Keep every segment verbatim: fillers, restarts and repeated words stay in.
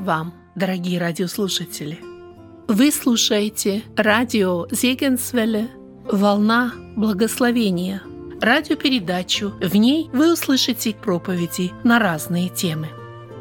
вам, дорогие радиослушатели! Вы слушаете радио Зегенсвелле «Волна благословения», радиопередачу. В ней вы услышите проповеди на разные темы.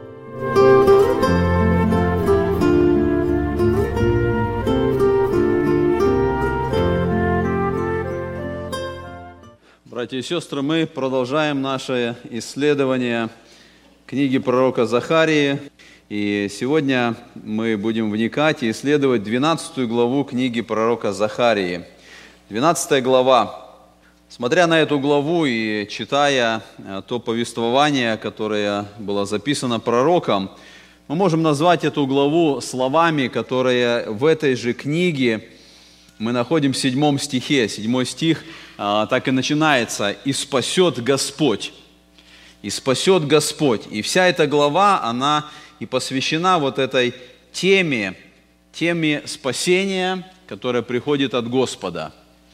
Братья и сестры, мы продолжаем наше исследование книги пророка Захарии. И сегодня мы будем вникать и исследовать двенадцатую главу книги пророка Захарии. двенадцатая глава. Смотря на эту главу и читая то повествование, которое было записано пророком, мы можем назвать эту главу словами, которые в этой же книге мы находим в седьмом стихе. Седьмой стих а, так и начинается: «И спасет Господь». «И спасет Господь». И вся эта глава, она и посвящена вот этой теме, теме спасения, которая приходит от Господа.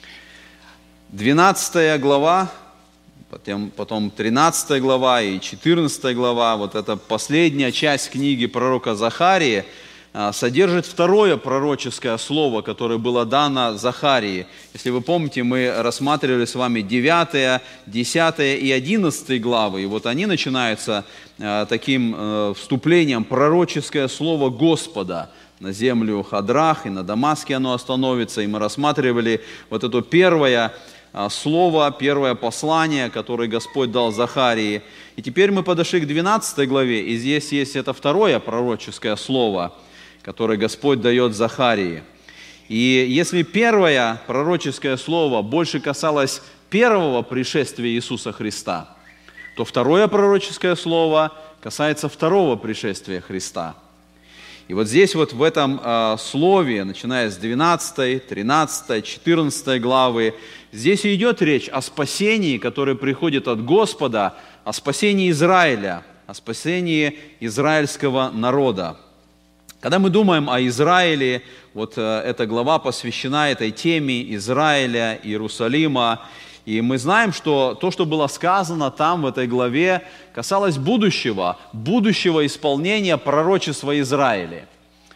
двенадцатая глава, потом, потом тринадцатая глава и четырнадцатая глава, вот эта последняя часть книги пророка Захарии, содержит второе пророческое слово, которое было дано Захарии. Если вы помните, мы рассматривали с вами девятая, десятая и одиннадцатая главы, и вот они начинаются э, таким э, вступлением: пророческое слово Господа на землю Хадрах, и на Дамаске оно остановится, и мы рассматривали вот это первое э, слово, первое послание, которое Господь дал Захарии. И теперь мы подошли к двенадцатой главе, и здесь есть это второе пророческое слово, который Господь дает Захарии. И если первое пророческое слово больше касалось первого пришествия Иисуса Христа, то второе пророческое слово касается второго пришествия Христа. И вот здесь вот в этом э, слове, начиная с двенадцатой, тринадцатой, четырнадцатой главы, здесь идет речь о спасении, которое приходит от Господа, о спасении Израиля, о спасении израильского народа. Когда мы думаем о Израиле, вот эта глава посвящена этой теме Израиля, Иерусалима, и мы знаем, что то, что было сказано там, в этой главе, касалось будущего, будущего исполнения пророчества Израиля.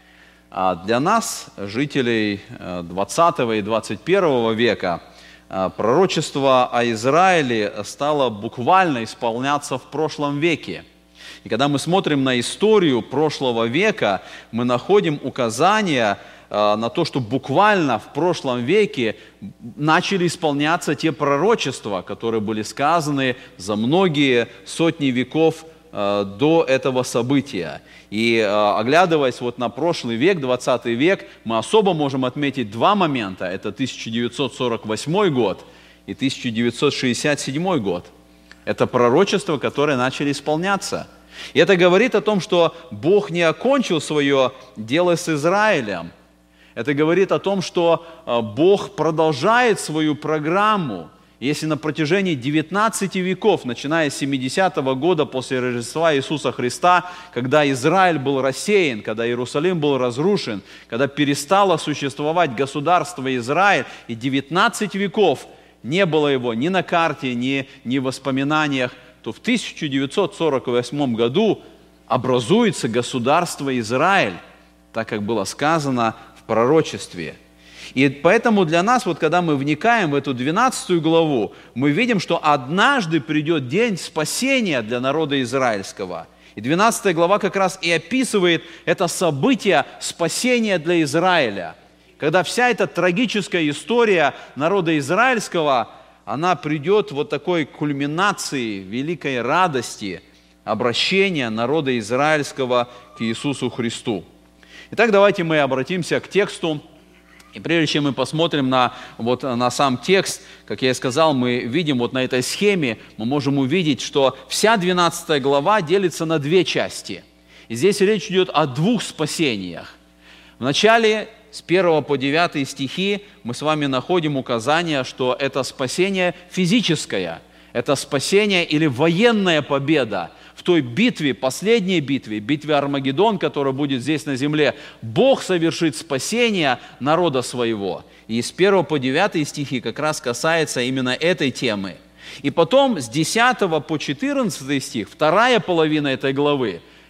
А для нас, жителей двадцатого и двадцать первого века, пророчество о Израиле стало буквально исполняться в прошлом веке. И когда мы смотрим на историю прошлого века, мы находим указания э, на то, что буквально в прошлом веке начали исполняться те пророчества, которые были сказаны за многие сотни веков э, до этого события. И э, оглядываясь вот на прошлый век, двадцатый век, мы особо можем отметить два момента. Это тысяча девятьсот сорок восьмой год и тысяча девятьсот шестьдесят седьмой год. Это пророчества, которые начали исполняться. И это говорит о том, что Бог не окончил свое дело с Израилем. Это говорит о том, что Бог продолжает свою программу. Если на протяжении девятнадцати веков, начиная с семидесятого года после Рождества Иисуса Христа, когда Израиль был рассеян, когда Иерусалим был разрушен, когда перестало существовать государство Израиль, и девятнадцать веков не было его ни на карте, ни, ни в воспоминаниях, то в тысяча девятьсот сорок восьмом году образуется государство Израиль, так как было сказано в пророчестве. И поэтому для нас, вот когда мы вникаем в эту двенадцатую главу, мы видим, что однажды придет день спасения для народа израильского. И двенадцатая глава как раз и описывает это событие спасения для Израиля, когда вся эта трагическая история народа израильского, она придет вот такой кульминации великой радости, обращения народа израильского к Иисусу Христу. Итак, давайте мы обратимся к тексту. И прежде чем мы посмотрим на, вот, на сам текст, как я и сказал, мы видим вот на этой схеме, мы можем увидеть, что вся двенадцатая глава делится на две части. И здесь речь идет о двух спасениях. В начале с первого по девятый стихи мы с вами находим указание, что это спасение физическое, это спасение или военная победа. В той битве, последней битве, битве Армагеддон, которая будет здесь на земле, Бог совершит спасение народа своего. И с первого по девятый стихи как раз касается именно этой темы. И потом с десятого по четырнадцатый стих, вторая половина этой главы,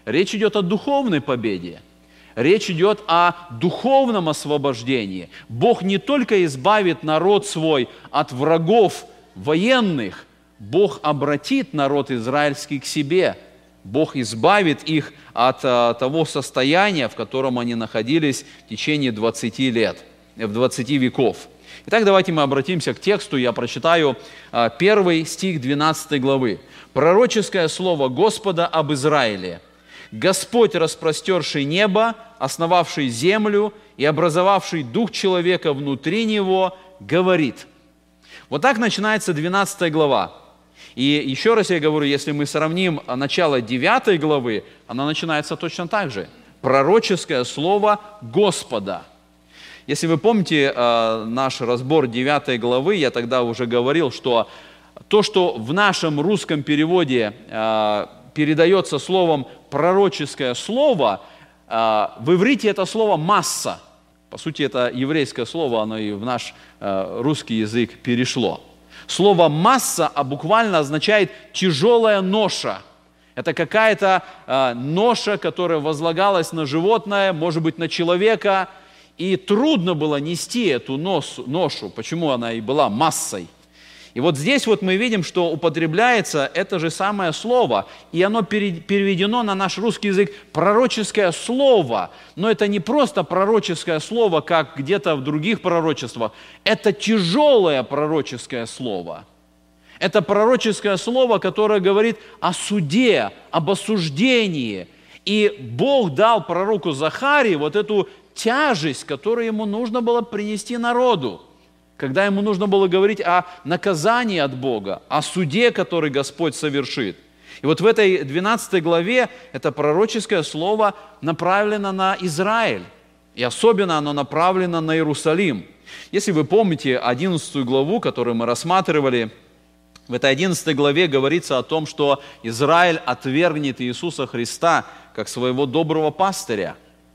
речь идет о духовной победе. Речь идет о духовном освобождении. Бог не только избавит народ свой от врагов военных, Бог обратит народ израильский к себе. Бог избавит их от а, того состояния, в котором они находились в течение двадцати лет, в двадцати веков. Итак, давайте мы обратимся к тексту. Я прочитаю а, первый стих двенадцатой главы. «Пророческое слово Господа об Израиле. Господь, распростерший небо, основавший землю и образовавший дух человека внутри него, говорит». Вот так начинается двенадцатая глава. И еще раз я говорю, если мы сравним начало девятой главы, она начинается точно так же. Пророческое слово Господа. Если вы помните наш разбор девятой главы, я тогда уже говорил, что то, что в нашем русском переводе передается словом «пророческое слово», в иврите это слово «масса». По сути, это еврейское слово, оно и в наш русский язык перешло. Слово «масса» буквально означает «тяжелая ноша». Это какая-то ноша, которая возлагалась на животное, может быть, на человека, и трудно было нести эту ношу. Почему она и была массой? И вот здесь вот мы видим, что употребляется это же самое слово, и оно переведено на наш русский язык «пророческое слово». Но это не просто пророческое слово, как где-то в других пророчествах. Это тяжелое пророческое слово. Это пророческое слово, которое говорит о суде, об осуждении. И Бог дал пророку Захарии вот эту тяжесть, которую ему нужно было принести народу. Когда ему нужно было говорить о наказании от Бога, о суде, который Господь совершит. И вот в этой двенадцатой главе это пророческое слово направлено на Израиль. И особенно оно направлено на Иерусалим. Если вы помните одиннадцатую главу, которую мы рассматривали, в этой одиннадцатой главе говорится о том, что Израиль отвергнет Иисуса Христа как своего доброго пастыря.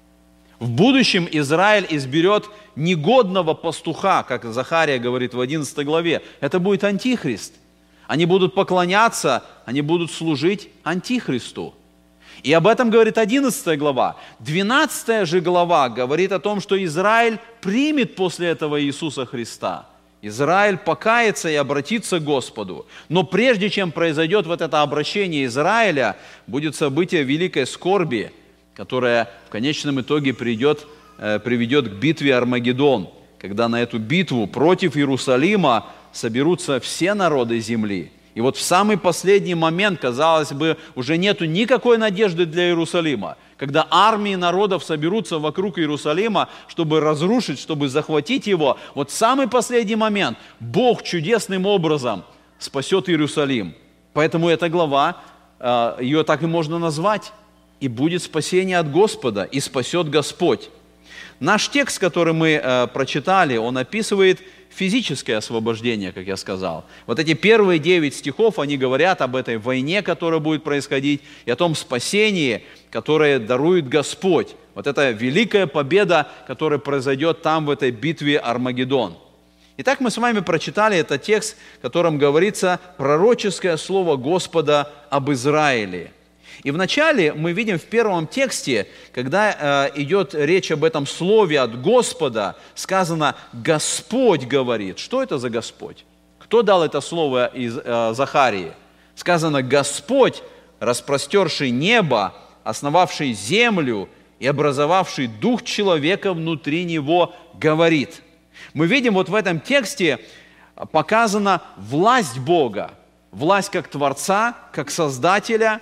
В будущем Израиль изберет негодного пастуха, как Захария говорит в одиннадцатой главе. Это будет антихрист. Они будут поклоняться, они будут служить антихристу. И об этом говорит одиннадцатая глава. двенадцатая же глава говорит о том, что Израиль примет после этого Иисуса Христа. Израиль покается и обратится к Господу. Но прежде чем произойдет вот это обращение Израиля, будет событие великой скорби, которая в конечном итоге придет, э, приведет к битве Армагеддон, когда на эту битву против Иерусалима соберутся все народы земли. И вот в самый последний момент, казалось бы, уже нету никакой надежды для Иерусалима, когда армии народов соберутся вокруг Иерусалима, чтобы разрушить, чтобы захватить его. Вот в самый последний момент Бог чудесным образом спасет Иерусалим. Поэтому эта глава, э, ее так и можно назвать. И будет спасение от Господа, и спасет Господь. Наш текст, который мы э, прочитали, он описывает физическое освобождение, как я сказал. Вот эти первые девять стихов, они говорят об этой войне, которая будет происходить, и о том спасении, которое дарует Господь. Вот эта великая победа, которая произойдет там, в этой битве Армагеддон. Итак, мы с вами прочитали этот текст, в котором говорится пророческое слово Господа об Израиле. И вначале мы видим в первом тексте, когда э, идет речь об этом слове от Господа, сказано «Господь говорит». Что это за Господь? Кто дал это слово из э, Захарии? Сказано «Господь, распростерший небо, основавший землю и образовавший дух человека внутри него, говорит». Мы видим вот в этом тексте показана власть Бога, власть как Творца, как Создателя.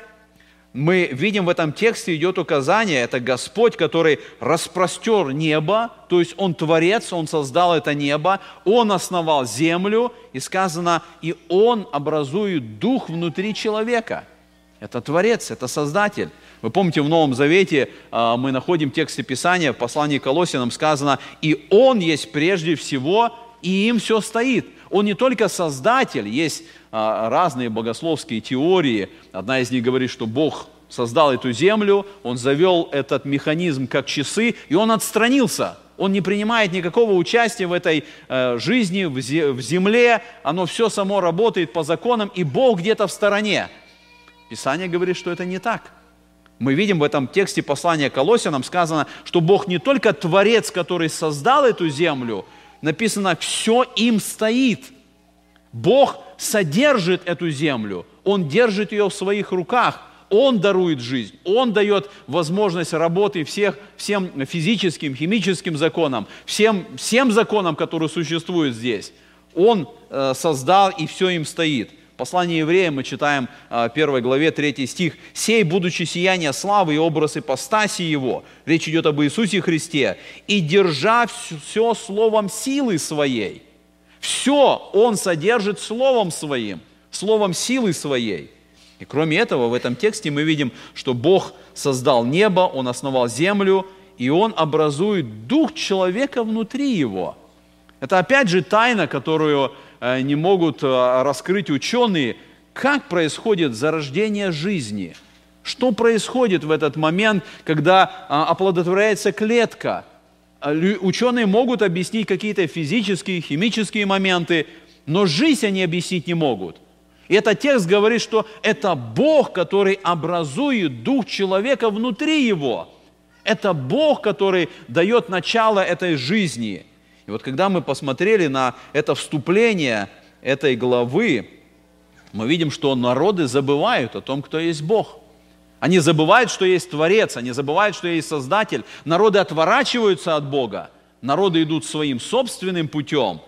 Мы видим в этом тексте идет указание, это Господь, который распростер небо, то есть Он Творец, Он создал это небо, Он основал землю, и сказано, и Он образует дух внутри человека. Это Творец, это Создатель. Вы помните, в Новом Завете мы находим в тексте Писания, в послании к Колоссянам сказано, и Он есть прежде всего, и им все стоит. Он не только Создатель, есть разные богословские теории. Одна из них говорит, что Бог создал эту землю, Он завел этот механизм как часы, и Он отстранился. Он не принимает никакого участия в этой жизни, в земле. Оно все само работает по законам, и Бог где-то в стороне. Писание говорит, что это не так. Мы видим в этом тексте послания к Колоссянам сказано, что Бог не только Творец, который создал эту землю, написано, все им стоит. Бог содержит эту землю, Он держит ее в своих руках, Он дарует жизнь, Он дает возможность работы всех, всем физическим, химическим законам, всем, всем законам, которые существуют здесь. Он э, создал, и все им стоит. В послании Евреям мы читаем в первой главе, третий стих. «Сей, будучи сияние славы и образ ипостаси Его», речь идет об Иисусе Христе, «и держа все словом силы Своей». Все Он содержит словом Своим, словом силы Своей. И кроме этого, в этом тексте мы видим, что Бог создал небо, Он основал землю, и Он образует дух человека внутри его. Это опять же тайна, которую не могут раскрыть ученые, как происходит зарождение жизни. Что происходит в этот момент, когда оплодотворяется клетка? Ученые могут объяснить какие-то физические, химические моменты, но жизнь они объяснить не могут. И этот текст говорит, что это Бог, который образует дух человека внутри его. Это Бог, который дает начало этой жизни. И вот когда мы посмотрели на это вступление этой главы, мы видим, что народы забывают о том, кто есть Бог. Они забывают, что есть Творец, они забывают, что есть Создатель. Народы отворачиваются от Бога, народы идут своим собственным путем.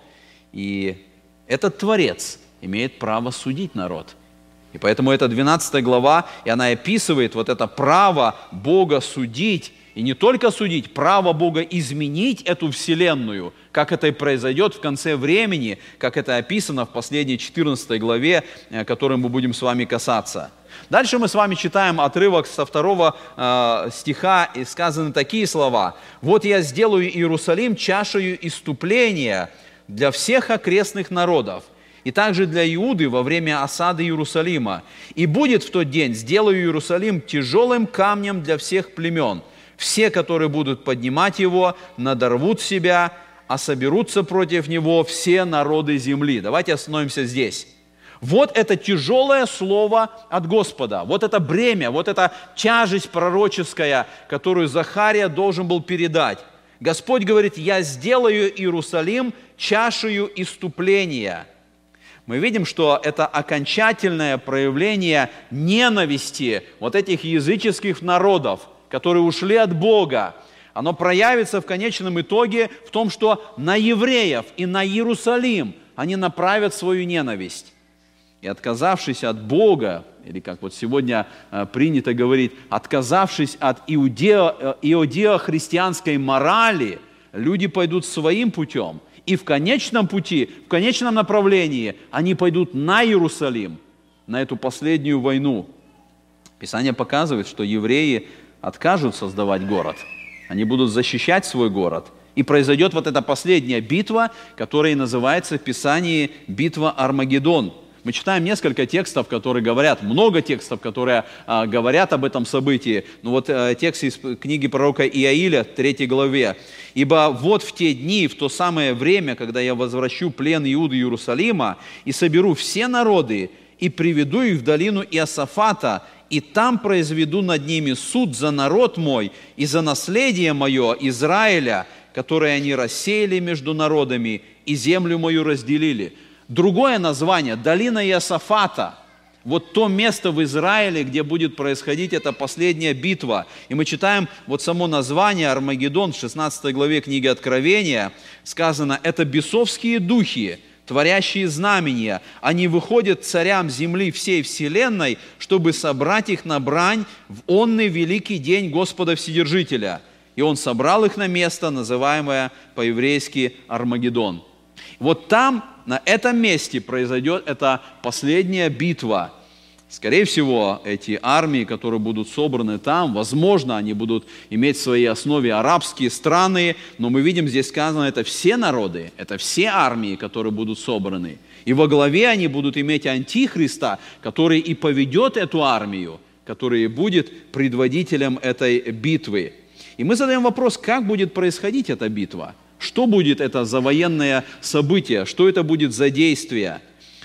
И этот Творец имеет право судить народ. И поэтому эта двенадцатая глава, и она описывает вот это право Бога судить, и не только судить, право Бога изменить эту вселенную, как это и произойдет в конце времени, как это описано в последней четырнадцатой главе, которой мы будем с вами касаться. Дальше мы с вами читаем отрывок со второго э, стиха, и сказаны такие слова. «Вот я сделаю Иерусалим чашею исступления для всех окрестных народов, и также для Иуды во время осады Иерусалима. И будет в тот день, сделаю Иерусалим тяжелым камнем для всех племен. Все, которые будут поднимать его, надорвут себя, а соберутся против него все народы земли». Давайте остановимся здесь. Вот это тяжелое слово от Господа, вот это бремя, вот эта тяжесть пророческая, которую Захария должен был передать. Господь говорит: «Я сделаю Иерусалим чашею исступления». Мы видим, что это окончательное проявление ненависти вот этих языческих народов, которые ушли от Бога. Оно проявится в конечном итоге в том, что на евреев и на Иерусалим они направят свою ненависть. И отказавшись от Бога, или как вот сегодня принято говорить, отказавшись от иудео, иудео-христианской морали, люди пойдут своим путем. И в конечном пути, в конечном направлении они пойдут на Иерусалим, на эту последнюю войну. Писание показывает, что евреи откажут создавать город. Они будут защищать свой город. И произойдет вот эта последняя битва, которая называется в Писании битва Армагеддон. Мы читаем несколько текстов, которые говорят, много текстов, которые а, говорят об этом событии. Ну вот а, текст из книги пророка Иаиля, третьей главе. «Ибо вот в те дни, в то самое время, когда я возвращу плен Иуды и Иерусалима, и соберу все народы, и приведу их в долину Иосафата, и там произведу над ними суд за народ мой и за наследие мое Израиля, которое они рассеяли между народами, и землю мою разделили». Другое название – долина Иосафата. Вот то место в Израиле, где будет происходить эта последняя битва. И мы читаем вот само название Армагеддон в шестнадцатой главе книги Откровения. Сказано: «Это бесовские духи, творящие знамения. Они выходят царям земли всей вселенной, чтобы собрать их на брань в онный великий день Господа Вседержителя». И Он собрал их на место, называемое по-еврейски Армагеддон. Вот там, на этом месте произойдет эта последняя битва. Скорее всего, эти армии, которые будут собраны там, возможно, они будут иметь в своей основе арабские страны, но мы видим, здесь сказано, это все народы, это все армии, которые будут собраны. И во главе они будут иметь Антихриста, который и поведет эту армию, который будет предводителем этой битвы. И мы задаем вопрос, как будет происходить эта битва? Что будет это за военное событие? Что это будет за действие?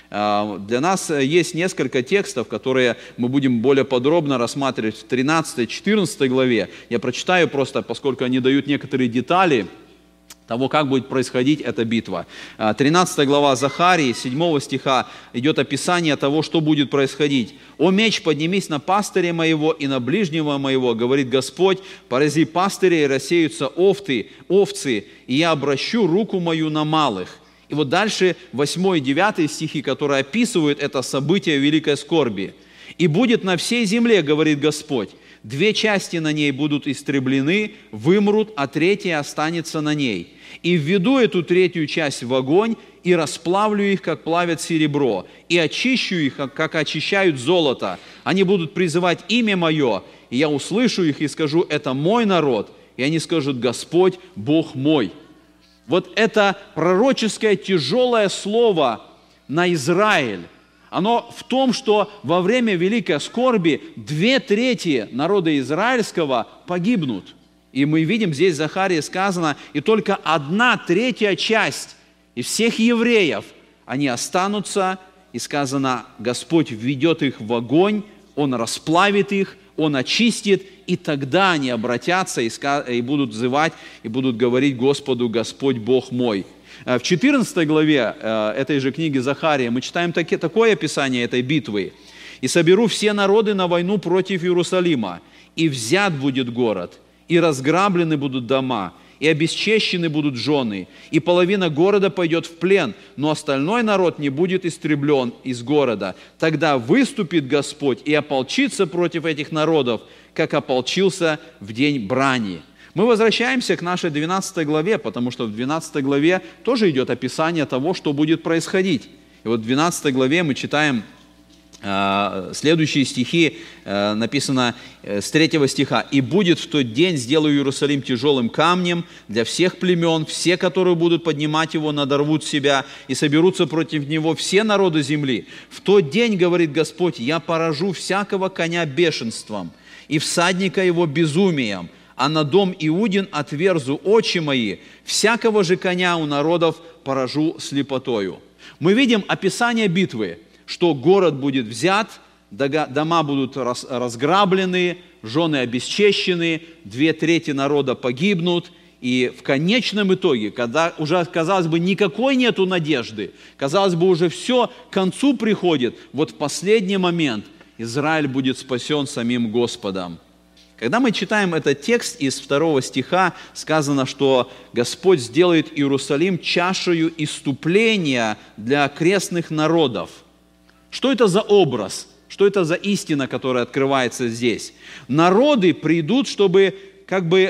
Для нас есть несколько текстов, которые мы будем более подробно рассматривать в тринадцатой-четырнадцатой главе. Я прочитаю просто, поскольку они дают некоторые детали того, как будет происходить эта битва. тринадцатая глава Захарии, седьмого стиха, идет описание того, что будет происходить. «О меч, поднимись на пастыря моего и на ближнего моего, говорит Господь, порази пастыря, и рассеются овцы, овцы, и я обращу руку мою на малых». И вот дальше восьмой и девятый стихи, которые описывают это событие великой скорби. «И будет на всей земле, говорит Господь, две части на ней будут истреблены, вымрут, а третья останется на ней. И введу эту третью часть в огонь, и расплавлю их, как плавят серебро, и очищу их, как очищают золото. Они будут призывать имя Мое, и я услышу их и скажу, это мой народ, и они скажут, Господь, Бог мой». Вот это пророческое тяжелое слово на Израиль, оно в том, что во время великой скорби две трети народа израильского погибнут. И мы видим, здесь в Захарии сказано, и только одна третья часть из всех евреев, они останутся, и сказано, Господь введет их в огонь, Он расплавит их, Он очистит, и тогда они обратятся и, сказ... и будут взывать, и будут говорить Господу, Господь Бог мой. В четырнадцатой главе этой же книги Захария мы читаем таки, такое описание этой битвы. «И соберу все народы на войну против Иерусалима, и взят будет город, и разграблены будут дома, и обесчещены будут жены, и половина города пойдет в плен, но остальной народ не будет истреблен из города. Тогда выступит Господь и ополчится против этих народов, как ополчился в день брани». Мы возвращаемся к нашей двенадцатой главе, потому что в двенадцатой главе тоже идет описание того, что будет происходить. И вот в двенадцатой главе мы читаем э, следующие стихи, э, написано э, с третьего стиха. «И будет в тот день, сделаю Иерусалим тяжелым камнем для всех племен, все, которые будут поднимать его, надорвут себя, и соберутся против него все народы земли. В тот день, говорит Господь, я поражу всякого коня бешенством, и всадника его безумием, а на дом Иудин отверзу очи мои, всякого же коня у народов поражу слепотою». Мы видим описание битвы, что город будет взят, дома будут разграблены, жены обесчещены, две трети народа погибнут, и в конечном итоге, когда уже, казалось бы, никакой нету надежды, казалось бы, уже все к концу приходит, вот в последний момент Израиль будет спасен самим Господом. Когда мы читаем этот текст из второго стиха, сказано, что Господь сделает Иерусалим чашею исступления для окрестных народов. Что это за образ? Что это за истина, которая открывается здесь? Народы придут, чтобы как бы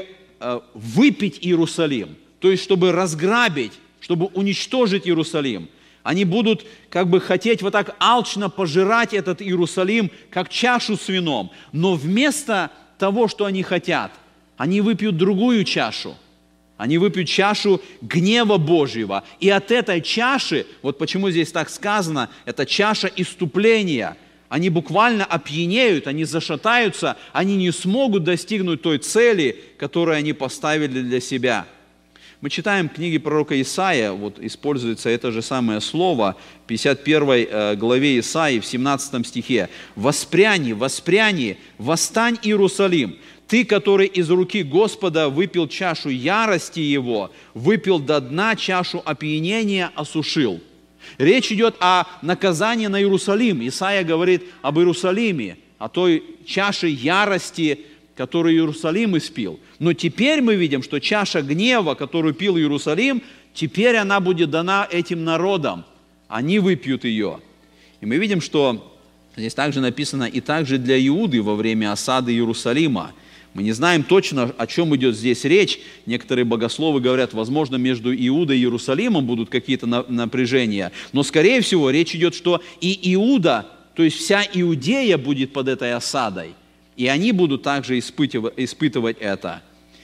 выпить Иерусалим, то есть чтобы разграбить, чтобы уничтожить Иерусалим. Они будут как бы хотеть вот так алчно пожирать этот Иерусалим, как чашу с вином. Но вместо того, что они хотят, они выпьют другую чашу. Они выпьют чашу гнева Божьего. И от этой чаши, вот почему здесь так сказано, это чаша исступления. Они буквально опьянеют, они зашатаются, они не смогут достигнуть той цели, которую они поставили для себя. Мы читаем в книге пророка Исаия, вот используется это же самое слово, в пятьдесят первой главе Исаии, в семнадцатом стихе. «Воспряни, воспряни, восстань, Иерусалим, ты, который из руки Господа выпил чашу ярости Его, выпил до дна чашу опьянения, осушил». Речь идет о наказании на Иерусалим. Исаия говорит об Иерусалиме, о той чаше ярости, которую Иерусалим испил. Но теперь мы видим, что чаша гнева, которую пил Иерусалим, теперь она будет дана этим народам. Они выпьют ее. И мы видим, что здесь также написано и также для Иуды во время осады Иерусалима. Мы не знаем точно, о чем идет здесь речь. Некоторые богословы говорят, возможно, между Иудой и Иерусалимом будут какие-то напряжения. Но, скорее всего, речь идет, что и Иуда, то есть вся Иудея будет под этой осадой. И они будут также испытывать, испытывать это.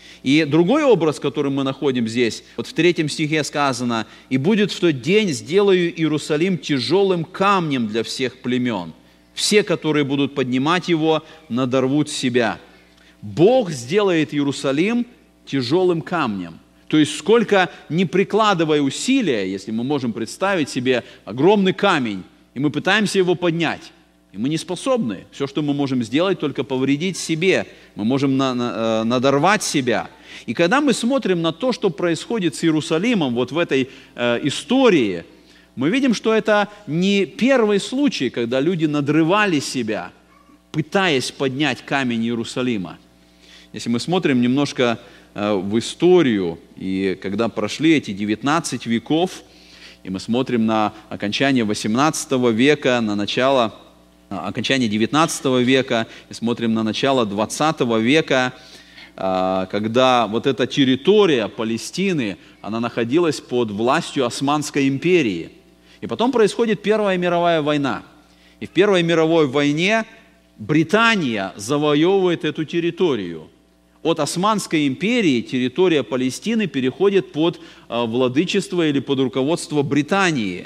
И другой образ, который мы находим здесь, вот в третьем стихе сказано, «И будет в тот день, сделаю Иерусалим тяжелым камнем для всех племен. Все, которые будут поднимать его, надорвут себя». Бог сделает Иерусалим тяжелым камнем. То есть сколько не прикладывая усилия, если мы можем представить себе огромный камень, и мы пытаемся его поднять. И мы не способны. Все, что мы можем сделать, только повредить себе. Мы можем на, на, надорвать себя. И когда мы смотрим на то, что происходит с Иерусалимом вот в этой э, истории, мы видим, что это не первый случай, когда люди надрывали себя, пытаясь поднять камень Иерусалима. Если мы смотрим немножко э, в историю, и когда прошли эти девятнадцать веков, и мы смотрим на окончание восемнадцатого века, на начало окончание девятнадцатого века, и смотрим на начало двадцатого века, когда вот эта территория Палестины, она находилась под властью Османской империи. И потом происходит Первая мировая война. И в Первой мировой войне Британия завоевывает эту территорию. От Османской империи территория Палестины переходит под владычество или под руководство Британии.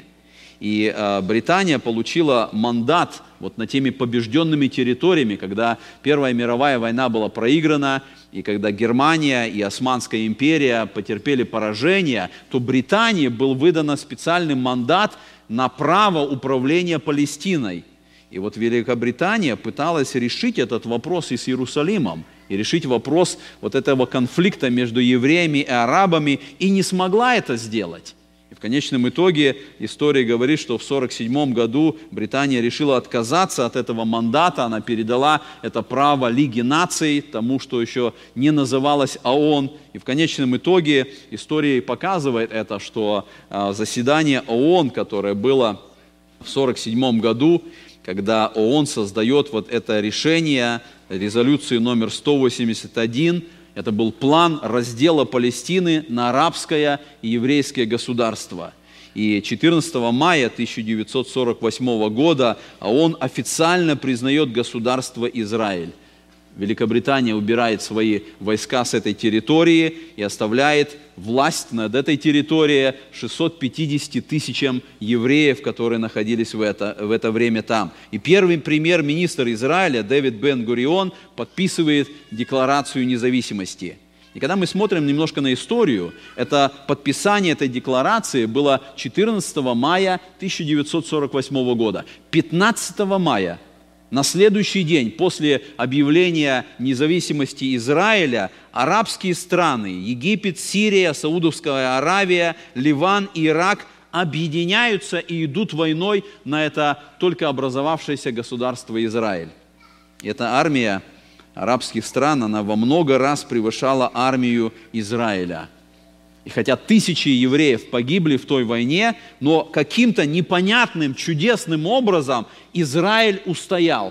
И э, Британия получила мандат вот над теми побежденными территориями, когда Первая мировая война была проиграна, и когда Германия и Османская империя потерпели поражение, то Британии был выдан специальный мандат на право управления Палестиной. И вот Великобритания пыталась решить этот вопрос и с Иерусалимом, и решить вопрос вот этого конфликта между евреями и арабами, и не смогла это сделать. И в конечном итоге история говорит, что в сорок седьмом году Британия решила отказаться от этого мандата, она передала это право Лиге наций, тому, что еще не называлось ООН. И в конечном итоге история показывает это, что заседание ООН, которое было в сорок седьмом году, когда ООН создает вот это решение, резолюции номер сто восемьдесят один, это был план раздела Палестины на арабское и еврейское государство. И четырнадцатого мая тысяча девятьсот сорок восьмого года ООН официально признает государство Израиль. Великобритания убирает свои войска с этой территории и оставляет власть над этой территорией шестьсот пятидесяти тысячам евреев, которые находились в это, в это время там. И первый премьер-министр Израиля Дэвид Бен-Гурион подписывает Декларацию независимости. И когда мы смотрим немножко на историю, это подписание этой декларации было четырнадцатого мая тысяча девятьсот сорок восьмого года. пятнадцатого мая, на следующий день после объявления независимости Израиля, арабские страны, Египет, Сирия, Саудовская Аравия, Ливан и Ирак объединяются и идут войной на это только образовавшееся государство Израиль. И эта армия арабских стран, она во много раз превышала армию Израиля. И хотя тысячи евреев погибли в той войне, но каким-то непонятным, чудесным образом Израиль устоял.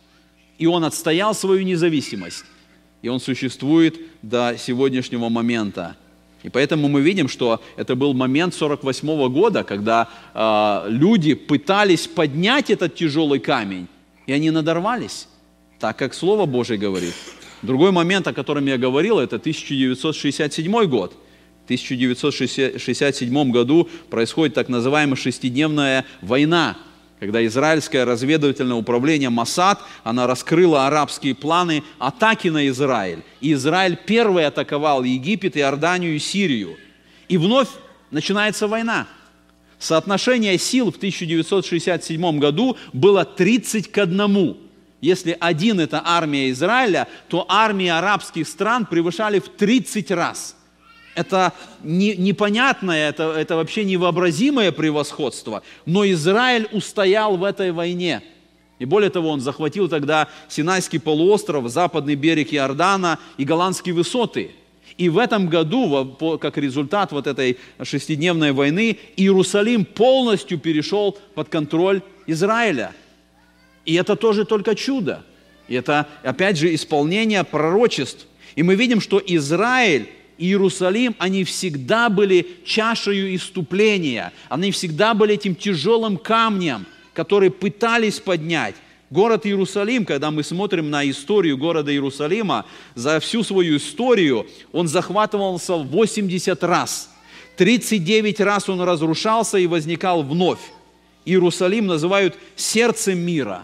И он отстоял свою независимость. И он существует до сегодняшнего момента. И поэтому мы видим, что это был момент сорок восьмого года, когда э, люди пытались поднять этот тяжелый камень, и они надорвались, так как Слово Божие говорит. Другой момент, о котором я говорил, это тысяча девятьсот шестьдесят седьмой год. В тысяча девятьсот шестьдесят седьмом году происходит так называемая шестидневная война, когда израильское разведывательное управление Моссад, она раскрыла арабские планы атаки на Израиль. И Израиль первый атаковал Египет, Иорданию и Сирию. И вновь начинается война. Соотношение сил в тысяча девятьсот шестьдесят седьмом году было тридцать к одному. Если один – это армия Израиля, то армии арабских стран превышали в тридцать раз. Это не, непонятное, это, это вообще невообразимое превосходство, но Израиль устоял в этой войне. И более того, он захватил тогда Синайский полуостров, западный берег Иордана и Голландские высоты. И в этом году, как результат вот этой шестидневной войны, Иерусалим полностью перешел под контроль Израиля. И это тоже только чудо. И это, опять же, исполнение пророчеств. И мы видим, что Израиль и Иерусалим, они всегда были чашею исступления. Они всегда были этим тяжелым камнем, который пытались поднять. Город Иерусалим, когда мы смотрим на историю города Иерусалима, за всю свою историю он захватывался восемьдесят раз. тридцать девять раз он разрушался и возникал вновь. Иерусалим называют сердцем мира.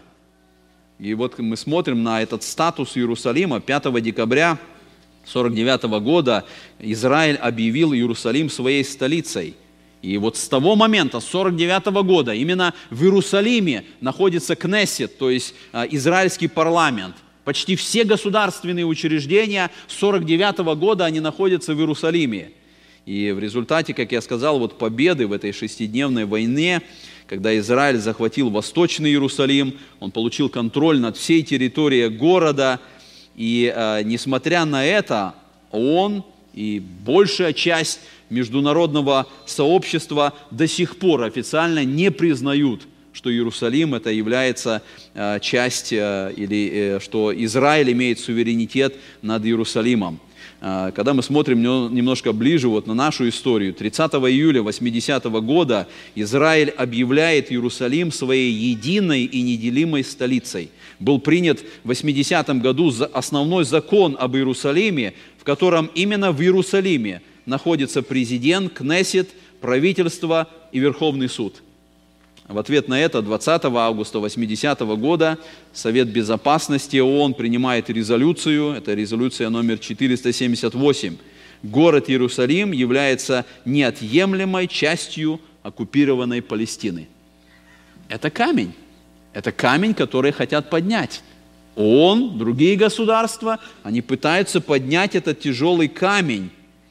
И вот мы смотрим на этот статус Иерусалима. пятого декабря сорок девятого года Израиль объявил Иерусалим своей столицей. И вот с того момента, с сорок девятого года, именно в Иерусалиме находится Кнессет, то есть израильский парламент. Почти все государственные учреждения с сорок девятого года они находятся в Иерусалиме. И в результате, как я сказал, вот победы в этой шестидневной войне, когда Израиль захватил Восточный Иерусалим, он получил контроль над всей территорией города. И э, несмотря на это, он и большая часть международного сообщества до сих пор официально не признают, что Иерусалим это является э, часть, э, или э, что Израиль имеет суверенитет над Иерусалимом. Э, когда мы смотрим немножко ближе вот на нашу историю, тридцатого июля восьмидесятого года Израиль объявляет Иерусалим своей единой и неделимой столицей. Был принят в восьмидесятом году основной закон об Иерусалиме, в котором именно в Иерусалиме находится президент, Кнессет, правительство и Верховный суд. В ответ на это двадцатого августа восьмидесятого года Совет Безопасности ООН принимает резолюцию, это резолюция номер четыреста семьдесят восемь. Город Иерусалим является неотъемлемой частью оккупированной Палестины. Это камень. Это камень, который хотят поднять. ООН, другие государства, они пытаются поднять этот тяжелый камень.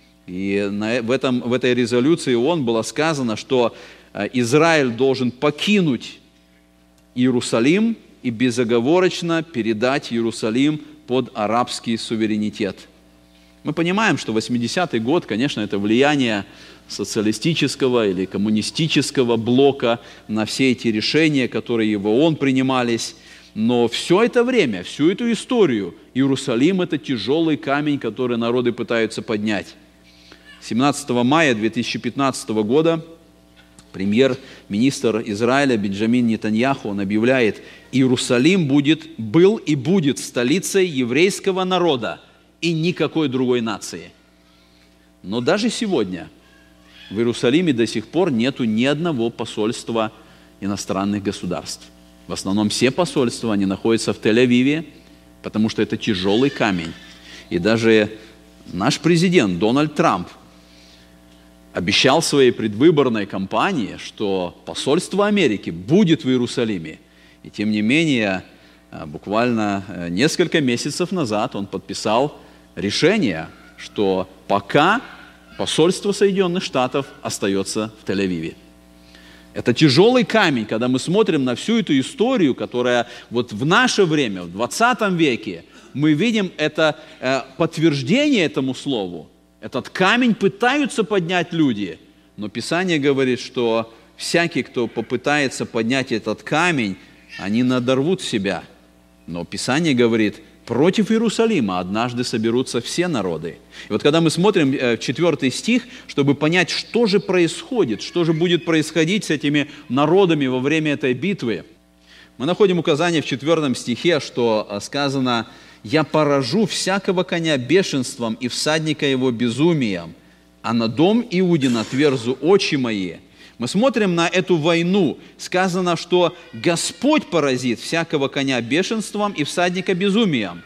И в, этом, в этой резолюции ООН было сказано, что Израиль должен покинуть Иерусалим и безоговорочно передать Иерусалим под арабский суверенитет. Мы понимаем, что восьмидесятый год, конечно, это влияние социалистического или коммунистического блока на все эти решения, которые в ООН принимались. Но все это время, всю эту историю, Иерусалим – это тяжелый камень, который народы пытаются поднять. семнадцатого мая две тысячи пятнадцатого года премьер-министр Израиля Бенджамин Нетаньяху, он объявляет: Иерусалим будет, был и будет столицей еврейского народа и никакой другой нации. Но даже сегодня в Иерусалиме до сих пор нету ни одного посольства иностранных государств. В основном все посольства, они находятся в Тель-Авиве, потому что это тяжелый камень. И даже наш президент Дональд Трамп обещал в своей предвыборной кампании, что посольство Америки будет в Иерусалиме. И тем не менее, буквально несколько месяцев назад он подписал решение, что пока посольство Соединенных Штатов остается в Тель-Авиве. Это тяжелый камень, когда мы смотрим на всю эту историю, которая вот в наше время, в двадцатом веке, мы видим это э, подтверждение этому слову. Этот камень пытаются поднять люди, но Писание говорит, что всякий, кто попытается поднять этот камень, они надорвут себя. Но Писание говорит, против Иерусалима однажды соберутся все народы. И вот когда мы смотрим в четвёртый стих, чтобы понять, что же происходит, что же будет происходить с этими народами во время этой битвы, мы находим указание в четвёртом стихе, что сказано: «Я поражу всякого коня бешенством и всадника его безумием, а на дом Иудин отверзу очи мои». Мы смотрим на эту войну. Сказано, что Господь поразит всякого коня бешенством и всадника безумием.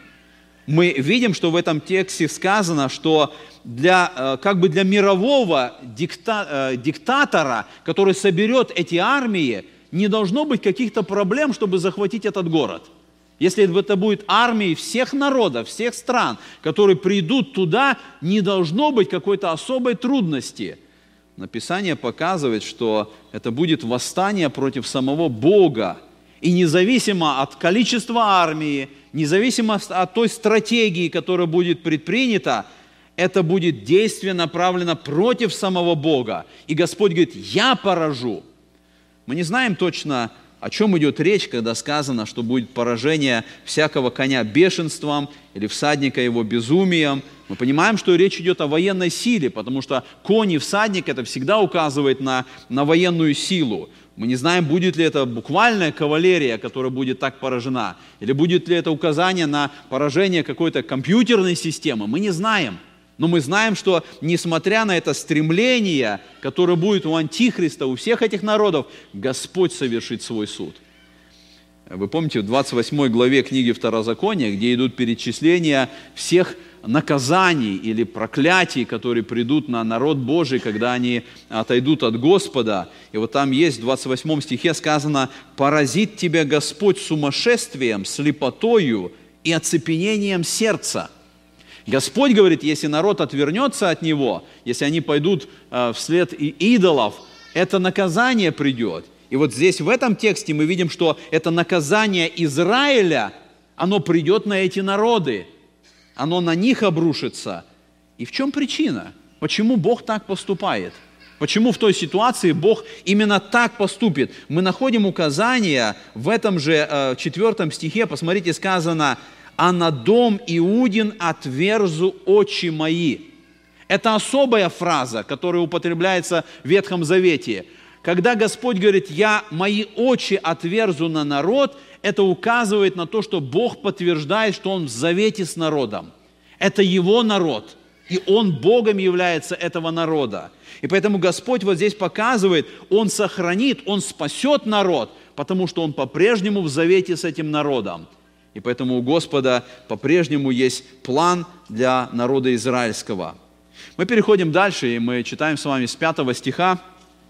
Мы видим, что в этом тексте сказано, что для, как бы для мирового дикта, диктатора, который соберет эти армии, не должно быть каких-то проблем, чтобы захватить этот город. Если это будет армии всех народов, всех стран, которые придут туда, не должно быть какой-то особой трудности. Но Писание показывает, что это будет восстание против самого Бога. И независимо от количества армии, независимо от той стратегии, которая будет предпринята, это будет действие направлено против самого Бога. И Господь говорит: «Я поражу». Мы не знаем точно, о чем идет речь, когда сказано, что будет поражение всякого коня бешенством или всадника его безумием. Мы понимаем, что речь идет о военной силе, потому что конь и всадник – это всегда указывает на, на военную силу. Мы не знаем, будет ли это буквальная кавалерия, которая будет так поражена, или будет ли это указание на поражение какой-то компьютерной системы. Мы не знаем. Но мы знаем, что несмотря на это стремление, которое будет у Антихриста, у всех этих народов, Господь совершит свой суд. Вы помните, в двадцать восьмой главе книги Второзакония, где идут перечисления всех наказаний или проклятий, которые придут на народ Божий, когда они отойдут от Господа. И вот там есть в двадцать восьмом стихе сказано: «Поразит тебя Господь сумасшествием, слепотою и оцепенением сердца». Господь говорит, если народ отвернется от Него, если они пойдут э, вслед идолов, это наказание придет. И вот здесь в этом тексте мы видим, что это наказание Израиля, оно придет на эти народы. Оно на них обрушится. И в чем причина? Почему Бог так поступает? Почему в той ситуации Бог именно так поступит? Мы находим указания в этом же э, четвертом стихе. Посмотрите, сказано: «А на дом Иудин отверзу очи мои». Это особая фраза, которая употребляется в Ветхом Завете. Когда Господь говорит: «Я мои очи отверзу на народ», это указывает на то, что Бог подтверждает, что Он в завете с народом. Это Его народ, и Он Богом является этого народа. И поэтому Господь вот здесь показывает, Он сохранит, Он спасет народ, потому что Он по-прежнему в завете с этим народом. И поэтому у Господа по-прежнему есть план для народа израильского. Мы переходим дальше, и мы читаем с вами с пятого стиха.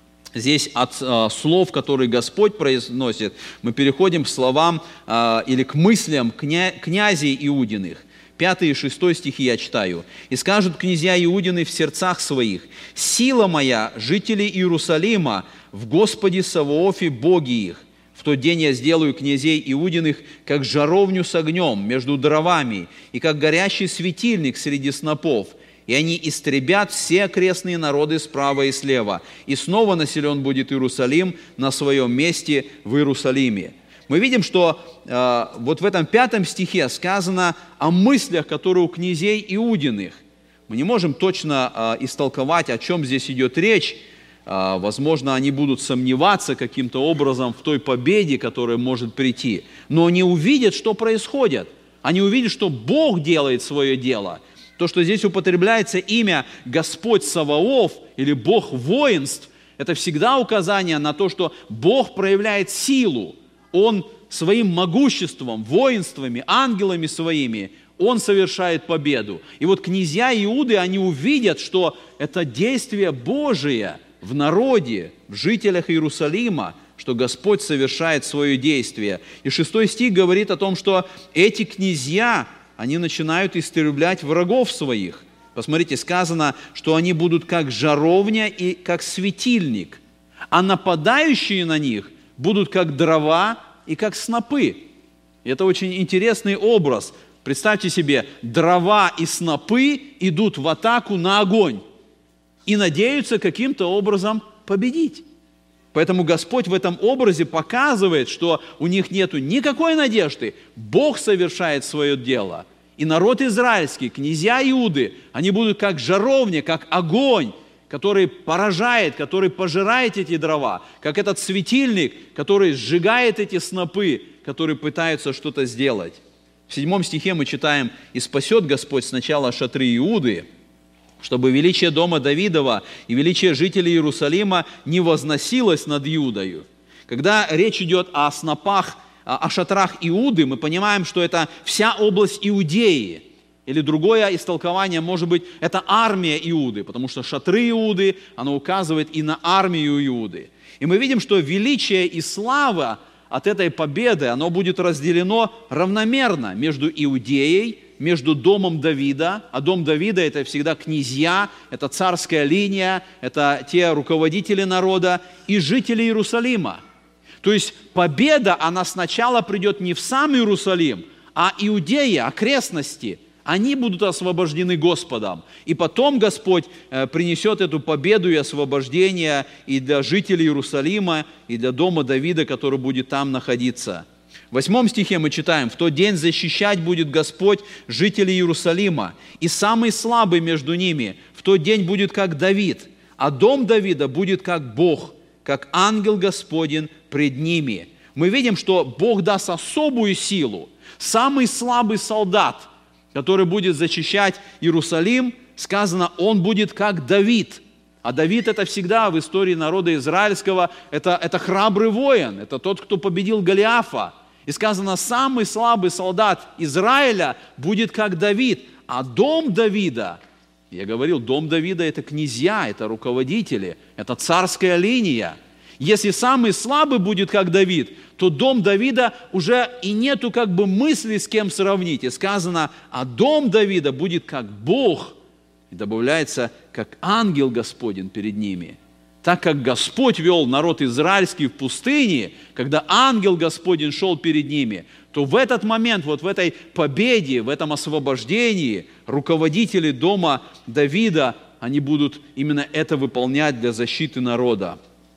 Здесь от э, слов, которые Господь произносит, мы переходим к словам э, или к мыслям кня, князей Иудиных. Пятый и шестой стихи я читаю. «И скажут князья Иудины в сердцах своих: сила моя, жители Иерусалима, в Господе Саваофе, Боге их. В тот день я сделаю князей Иудиных, как жаровню с огнем между дровами, и как горящий светильник среди снопов. И они истребят все окрестные народы справа и слева. И снова населен будет Иерусалим на своем месте в Иерусалиме». Мы видим, что э, вот в этом пятом стихе сказано о мыслях, которые у князей Иудиных. Мы не можем точно э, истолковать, о чем здесь идет речь. Э, возможно, они будут сомневаться каким-то образом в той победе, которая может прийти. Но они увидят, что происходит. Они увидят, что Бог делает свое дело. То, что здесь употребляется имя Господь Саваоф или Бог воинств, это всегда указание на то, что Бог проявляет силу. Он своим могуществом, воинствами, ангелами своими, Он совершает победу. И вот князья Иуды, они увидят, что это действие Божие в народе, в жителях Иерусалима, что Господь совершает свое действие. И шестой стих говорит о том, что эти князья, они начинают истреблять врагов своих. Посмотрите, сказано, что они будут как жаровня и как светильник, а нападающие на них будут как дрова и как снопы. И это очень интересный образ. Представьте себе, дрова и снопы идут в атаку на огонь и надеются каким-то образом победить. Поэтому Господь в этом образе показывает, что у них нет никакой надежды. Бог совершает свое дело. И народ израильский, князья Иуды, они будут как жаровня, как огонь, который поражает, который пожирает эти дрова, как этот светильник, который сжигает эти снопы, которые пытаются что-то сделать. В седьмом стихе мы читаем: «И спасет Господь сначала шатры Иуды, чтобы величие дома Давидова и величие жителей Иерусалима не возносилось над Иудою». Когда речь идет о снопах, о шатрах Иуды, мы понимаем, что это вся область Иудеи. Или другое истолкование, может быть, это армия Иуды, потому что шатры Иуды, оно указывает и на армию Иуды. И мы видим, что величие и слава от этой победы, оно будет разделено равномерно между Иудеей, между домом Давида, а дом Давида – это всегда князья, это царская линия, это те руководители народа и жители Иерусалима. То есть победа, она сначала придет не в сам Иерусалим, а Иудея, окрестности, они будут освобождены Господом. И потом Господь принесет эту победу и освобождение и для жителей Иерусалима, и для дома Давида, который будет там находиться. В восьмом стихе мы читаем: «В тот день защищать будет Господь жителей Иерусалима, и самый слабый между ними в тот день будет как Давид, а дом Давида будет как Бог, как ангел Господень пред ними». Мы видим, что Бог даст особую силу. Самый слабый солдат, который будет защищать Иерусалим, сказано, он будет как Давид. А Давид – это всегда в истории народа израильского, это, это храбрый воин, это тот, кто победил Голиафа. И сказано, самый слабый солдат Израиля будет как Давид, а дом Давида, я говорил, дом Давида – это князья, это руководители, это царская линия. Если самый слабый будет как Давид, то дом Давида уже и нету как бы мысли, с кем сравнить. И сказано, а дом Давида будет как Бог, и добавляется, как ангел Господень перед ними. Так как Господь вел народ израильский в пустыне, когда ангел Господень шел перед ними, то в этот момент, вот в этой победе, в этом освобождении, руководители дома Давида, они будут именно это выполнять для защиты народа.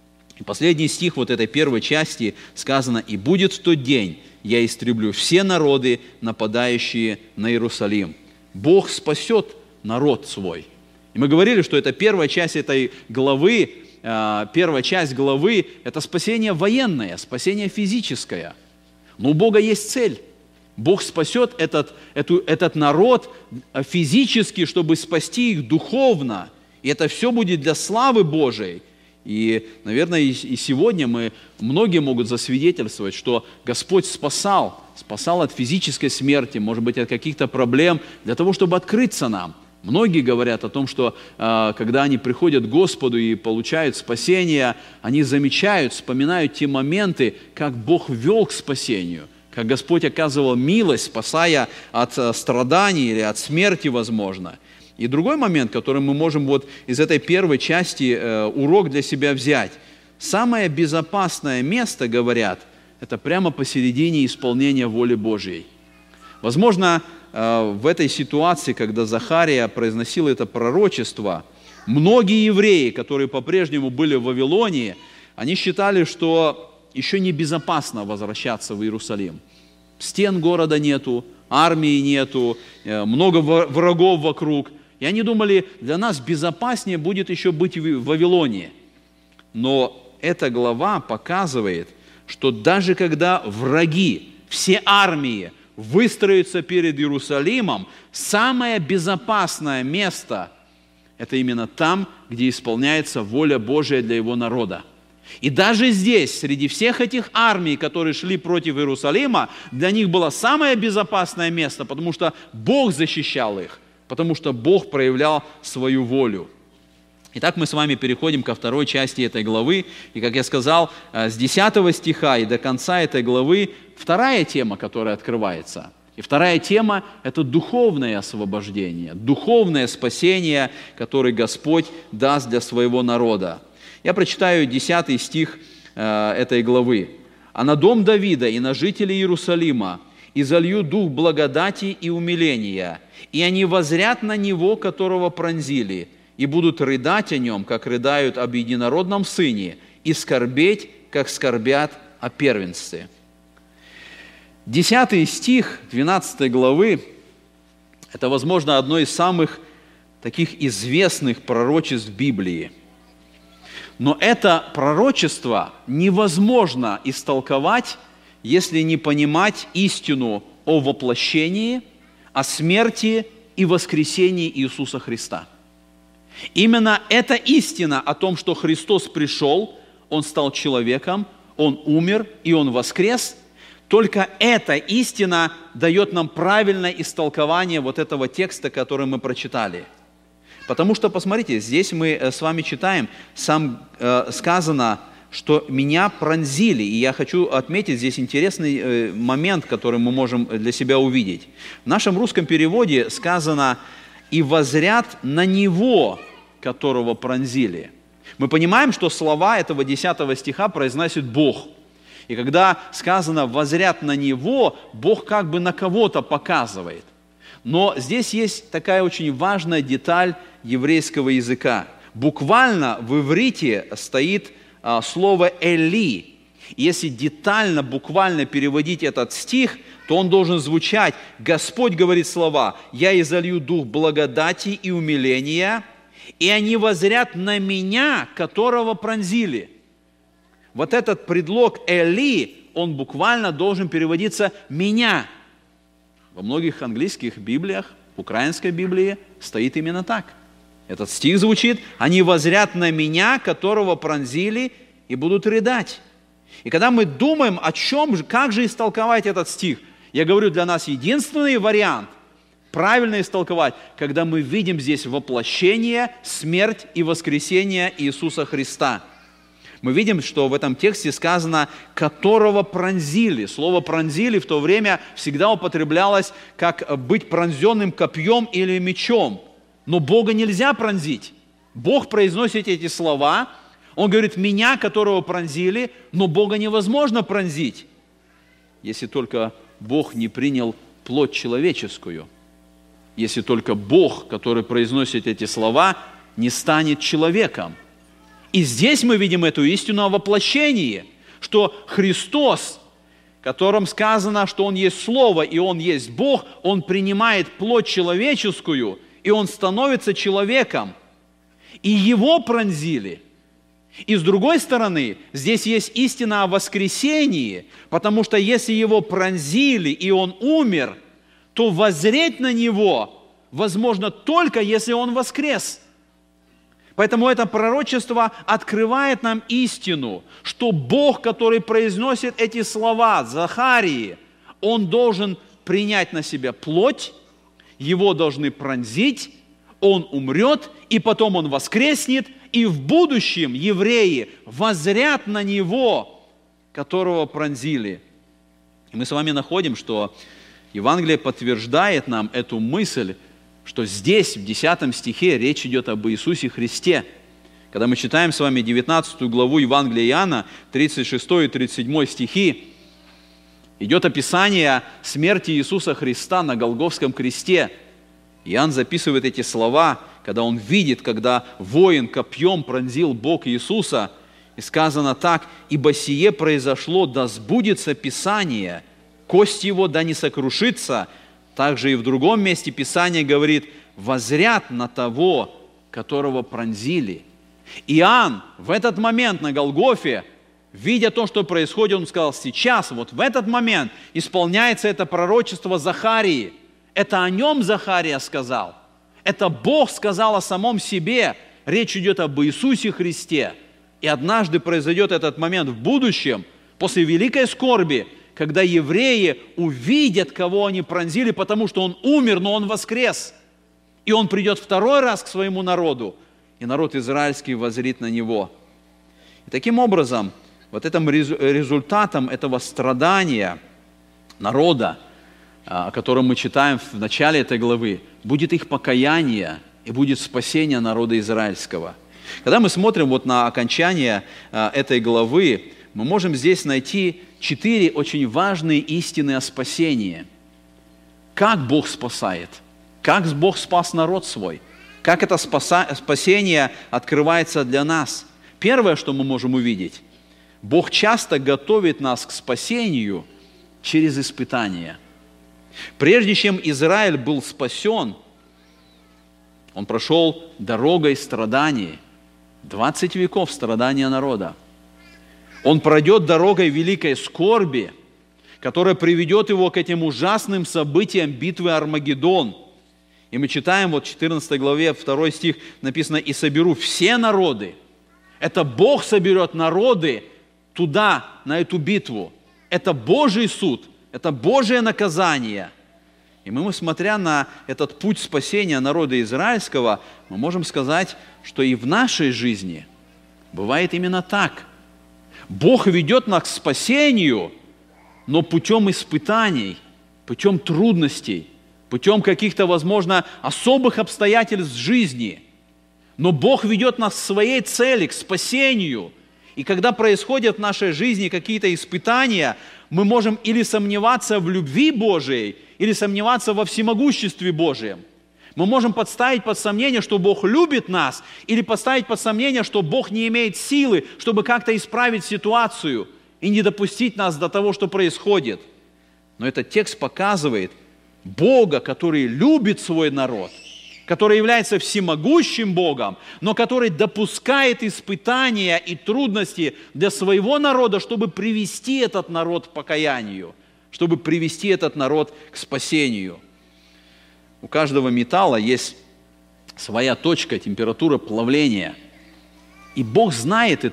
И последний стих вот этой первой части сказано, «И будет в тот день, я истреблю все народы, нападающие на Иерусалим». Бог спасет народ свой. И мы говорили, что это первая часть этой главы, первая часть главы – это спасение военное, спасение физическое. Но у Бога есть цель. Бог спасет этот, эту, этот народ физически, чтобы спасти их духовно. И это все будет для славы Божией. И, наверное, и сегодня мы, многие могут засвидетельствовать, что Господь спасал, спасал от физической смерти, может быть, от каких-то проблем, для того, чтобы открыться нам. Многие говорят о том, что э, когда они приходят к Господу и получают спасение, они замечают, вспоминают те моменты, как Бог вел к спасению, как Господь оказывал милость, спасая от э, страданий или от смерти, возможно. И другой момент, который мы можем вот из этой первой части э, урок для себя взять. Самое безопасное место, говорят, это прямо посередине исполнения воли Божьей. Возможно, э, в этой ситуации, когда Захария произносил это пророчество, многие евреи, которые по-прежнему были в Вавилоне, они считали, что еще не безопасно возвращаться в Иерусалим. Стен города нету, армии нету, э, много врагов вокруг. И они думали, для нас безопаснее будет еще быть в Вавилоне. Но эта глава показывает, что даже когда враги, все армии выстроятся перед Иерусалимом, самое безопасное место – это именно там, где исполняется воля Божия для его народа. И даже здесь, среди всех этих армий, которые шли против Иерусалима, для них было самое безопасное место, потому что Бог защищал их. Потому что Бог проявлял свою волю. Итак, мы с вами переходим ко второй части этой главы. И, как я сказал, с десятого стиха и до конца этой главы вторая тема, которая открывается. И вторая тема – это духовное освобождение, духовное спасение, которое Господь даст для своего народа. Я прочитаю десятый стих этой главы. «А на дом Давида и на жителей Иерусалима и залью дух благодати и умиления, и они воззрят на него, которого пронзили, и будут рыдать о нем, как рыдают об единородном сыне, и скорбеть, как скорбят о первенстве». Десятый стих двенадцатой главы – это, возможно, одно из самых таких известных пророчеств Библии. Но это пророчество невозможно истолковать, если не понимать истину о воплощении, о смерти и воскресении Иисуса Христа. Именно эта истина о том, что Христос пришел, Он стал человеком, Он умер и Он воскрес, только эта истина дает нам правильное истолкование вот этого текста, который мы прочитали. Потому что, посмотрите, здесь мы с вами читаем, сам э, сказано, что меня пронзили. И я хочу отметить здесь интересный момент, который мы можем для себя увидеть. В нашем русском переводе сказано «и воззрят на него, которого пронзили». Мы понимаем, что слова этого десятого стиха произносит Бог. И когда сказано «воззрят на него», Бог как бы на кого-то показывает. Но здесь есть такая очень важная деталь еврейского языка. Буквально в иврите стоит слово «Эли». Если детально, буквально переводить этот стих, то он должен звучать: Господь говорит слова: «Я изолью дух благодати и умиления, и они воззрят на меня, которого пронзили». Вот этот предлог «Эли», он буквально должен переводиться «меня». Во многих английских библиях, в украинской Библии стоит именно так. Этот стих звучит: «Они воззрят на меня, которого пронзили, и будут рыдать». И когда мы думаем, о чем же, как же истолковать этот стих, я говорю, для нас единственный вариант правильно истолковать, когда мы видим здесь воплощение, смерть и воскресение Иисуса Христа. Мы видим, что в этом тексте сказано «которого пронзили». Слово «пронзили» в то время всегда употреблялось как быть пронзенным копьем или мечом. Но Бога нельзя пронзить. Бог произносит эти слова, Он говорит «меня, которого пронзили», но Бога невозможно пронзить, если только Бог не принял плоть человеческую. Если только Бог, который произносит эти слова, не станет человеком. И здесь мы видим эту истину о воплощении, что Христос, которым сказано, что Он есть Слово и Он есть Бог, Он принимает плоть человеческую, и Он становится человеком. И Его пронзили. И с другой стороны, здесь есть истина о воскресении, потому что если Его пронзили и Он умер, то воззреть на Него возможно только, если Он воскрес. Поэтому это пророчество открывает нам истину, что Бог, который произносит эти слова Захарии, Он должен принять на себя плоть, Его должны пронзить, Он умрет, и потом Он воскреснет, и в будущем евреи воззрят на Него, которого пронзили. И мы с вами находим, что Евангелие подтверждает нам эту мысль, что здесь, в десятом стихе, речь идет об Иисусе Христе. Когда мы читаем с вами девятнадцатую главу Евангелия Иоанна, тридцать шестой и тридцать седьмой стихи, идет описание смерти Иисуса Христа на Голгофском кресте. Иоанн записывает эти слова, когда он видит, когда воин копьем пронзил бок Иисуса, и сказано так: «Ибо сие произошло, да сбудется Писание, кость его да не сокрушится». Также и в другом месте Писание говорит: «воззрят на того, которого пронзили». Иоанн в этот момент на Голгофе, видя то, что происходит, он сказал: сейчас, вот в этот момент исполняется это пророчество Захарии. Это о нем Захария сказал. Это Бог сказал о самом себе. Речь идет об Иисусе Христе. И однажды произойдет этот момент в будущем, после великой скорби, когда евреи увидят, кого они пронзили, потому что Он умер, но Он воскрес. И Он придет второй раз к своему народу, и народ израильский воззрит на Него. И таким образом, вот этим результатом этого страдания народа, о котором мы читаем в начале этой главы, будет их покаяние и будет спасение народа израильского. Когда мы смотрим вот на окончание этой главы, мы можем здесь найти четыре очень важные истины о спасении. Как Бог спасает, как Бог спас народ свой, как это спасение открывается для нас. Первое, что мы можем увидеть, Бог часто готовит нас к спасению через испытания. Прежде чем Израиль был спасен, он прошел дорогой страданий, двадцать веков страдания народа. Он пройдет дорогой великой скорби, которая приведет его к этим ужасным событиям битвы Армагеддон. И мы читаем вот в четырнадцатой главе, второй стих, написано: «И соберу все народы». Это Бог соберет народы туда, на эту битву. Это Божий суд, это Божие наказание. И мы, смотря на этот путь спасения народа израильского, мы можем сказать, что и в нашей жизни бывает именно так. Бог ведет нас к спасению, но путем испытаний, путем трудностей, путем каких-то, возможно, особых обстоятельств жизни. Но Бог ведет нас к своей цели, к спасению. И когда происходят в нашей жизни какие-то испытания, мы можем или сомневаться в любви Божией, или сомневаться во всемогуществе Божьем. Мы можем подставить под сомнение, что Бог любит нас, или поставить под сомнение, что Бог не имеет силы, чтобы как-то исправить ситуацию и не допустить нас до того, что происходит. Но этот текст показывает Бога, который любит свой народ, который является всемогущим Богом, но который допускает испытания и трудности для своего народа, чтобы привести этот народ к покаянию, чтобы привести этот народ к спасению. У каждого металла есть своя точка, температура плавления. И Бог знает эту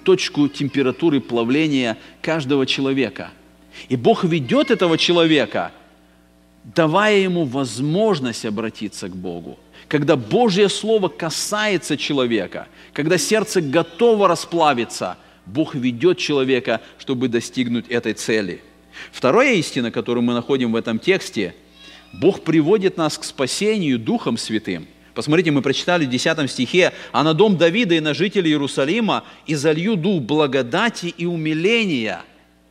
точку температуры плавления каждого человека. И Бог ведет этого человека, давая ему возможность обратиться к Богу. Когда Божье Слово касается человека, когда сердце готово расплавиться, Бог ведет человека, чтобы достигнуть этой цели. Вторая истина, которую мы находим в этом тексте, Бог приводит нас к спасению Духом Святым. Посмотрите, мы прочитали в десятом стихе: «А на дом Давида и на жителей Иерусалима изолью дух благодати и умиления».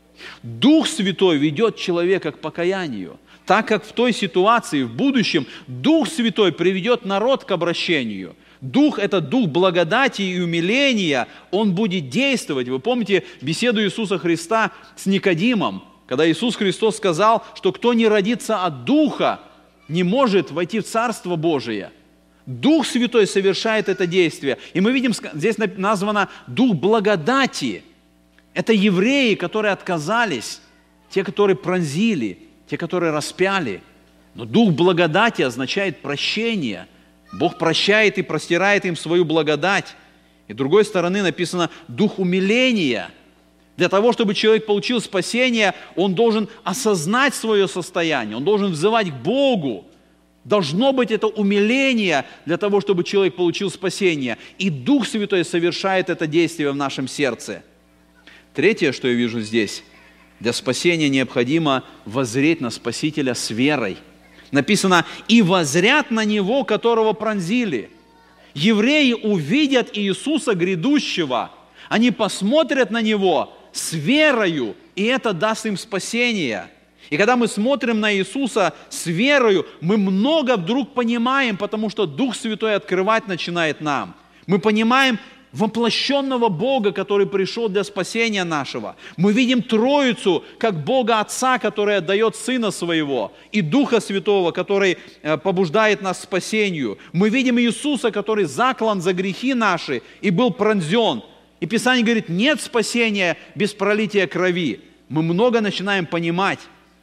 Дух Святой ведет человека к покаянию. Так как в той ситуации, в будущем, Дух Святой приведет народ к обращению. Дух – это дух благодати и умиления, он будет действовать. Вы помните беседу Иисуса Христа с Никодимом, когда Иисус Христос сказал, что кто не родится от Духа, не может войти в Царство Божие. Дух Святой совершает это действие. И мы видим, здесь названо Дух благодати. Это евреи, которые отказались, те, которые пронзили, те, которые распяли. Но Дух благодати означает прощение. Бог прощает и простирает им свою благодать. И с другой стороны написано Дух умиления. Для того, чтобы человек получил спасение, он должен осознать свое состояние, он должен взывать к Богу. Должно быть это умиление для того, чтобы человек получил спасение. И Дух Святой совершает это действие в нашем сердце. Третье, что я вижу здесь, для спасения необходимо воззреть на Спасителя с верой. Написано: «И воззрят на Него, которого пронзили». Евреи увидят Иисуса грядущего, они посмотрят на Него с верою, и это даст им спасение. И когда мы смотрим на Иисуса с верою, мы много вдруг понимаем, потому что Дух Святой открывать начинает нам. Мы понимаем воплощенного Бога, который пришел для спасения нашего. Мы видим Троицу, как Бога Отца, который отдает Сына Своего, и Духа Святого, который побуждает нас к спасению. Мы видим Иисуса, который заклан за грехи наши и был пронзен. И Писание говорит, нет спасения без пролития крови. Мы много начинаем понимать.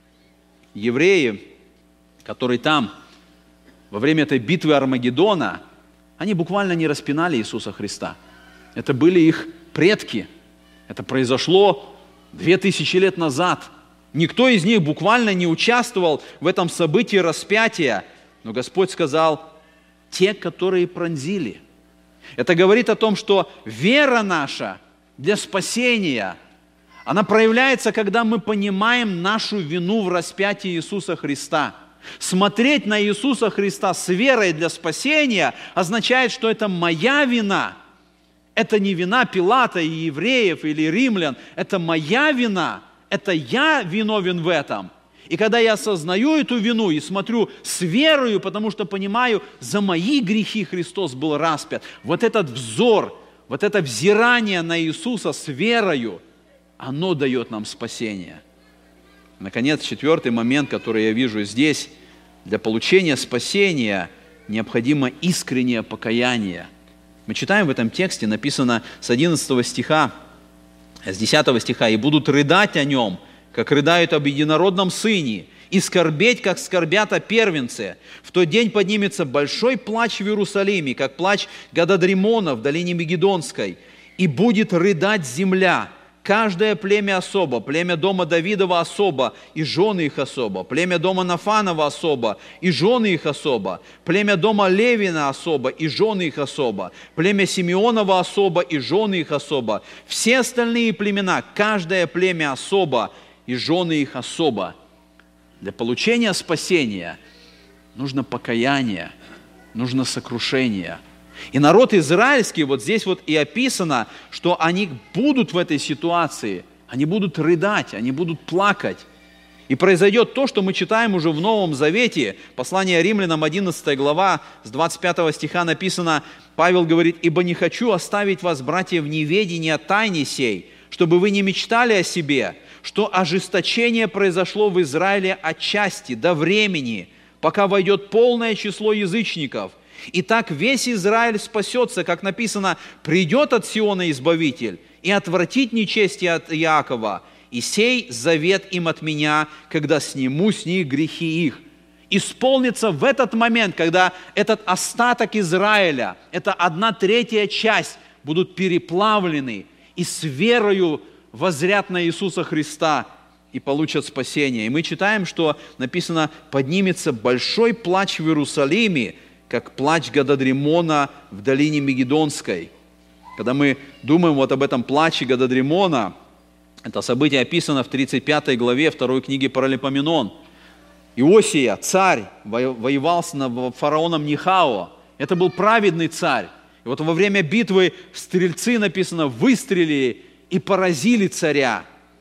Евреи, которые там, во время этой битвы Армагеддона, они буквально не распинали Иисуса Христа. Это были их предки. Это произошло две тысячи лет назад. Никто из них буквально не участвовал в этом событии распятия. Но Господь сказал, те, которые пронзили. Это говорит о том, что вера наша для спасения, она проявляется, когда мы понимаем нашу вину в распятии Иисуса Христа. Смотреть на Иисуса Христа с верой для спасения означает, что это моя вина. Это не вина Пилата и евреев или римлян, это моя вина, это я виновен в этом. И когда я осознаю эту вину и смотрю с верою, потому что понимаю, за мои грехи Христос был распят, вот этот взор, вот это взирание на Иисуса с верою, оно дает нам спасение. Наконец, четвертый момент, который я вижу здесь, для получения спасения необходимо искреннее покаяние. Мы читаем в этом тексте, написано с одиннадцатого стиха, с десятого стиха, «И будут рыдать о нем, как рыдают об единородном сыне, и скорбеть, как скорбят о первенце. В тот день поднимется большой плач в Иерусалиме, как плач Гададримона в долине Мегидонской, и будет рыдать земля, каждое племя особо, племя дома Давидова особо, и жены их особо, племя дома Нафанова особо, и жены их особо, племя дома Левина особо, и жены их особо, племя Симеонова особо, и жены их особо, все остальные племена, каждое племя особо, и жены их особо». Для получения спасения нужно покаяние, нужно сокрушение. И народ израильский, вот здесь вот и описано, что они будут в этой ситуации, они будут рыдать, они будут плакать. И произойдет то, что мы читаем уже в Новом Завете, послание Римлянам, одиннадцатая глава, с двадцать пятого стиха написано, Павел говорит, «Ибо не хочу оставить вас, братья, в неведении о тайне сей, чтобы вы не мечтали о себе, что ожесточение произошло в Израиле отчасти, до времени, пока войдет полное число язычников. И так весь Израиль спасется, как написано, придет от Сиона Избавитель, и отвратит нечестие от Иакова, и сей завет им от меня, когда сниму с них грехи их». Исполнится в этот момент, когда этот остаток Израиля, это одна третья часть, будут переплавлены, и с верою воззрят на Иисуса Христа и получат спасение. И мы читаем, что написано: «Поднимется большой плач в Иерусалиме, как плач Гададримона в долине Мегидонской». Когда мы думаем вот об этом плаче Гададримона, это событие описано в тридцать пятой главе второй книги Паралипоменон. Иосия, царь, воевал с фараоном Нихао. Это был праведный царь. И вот во время битвы стрельцы, написано, выстрелили и поразили царя.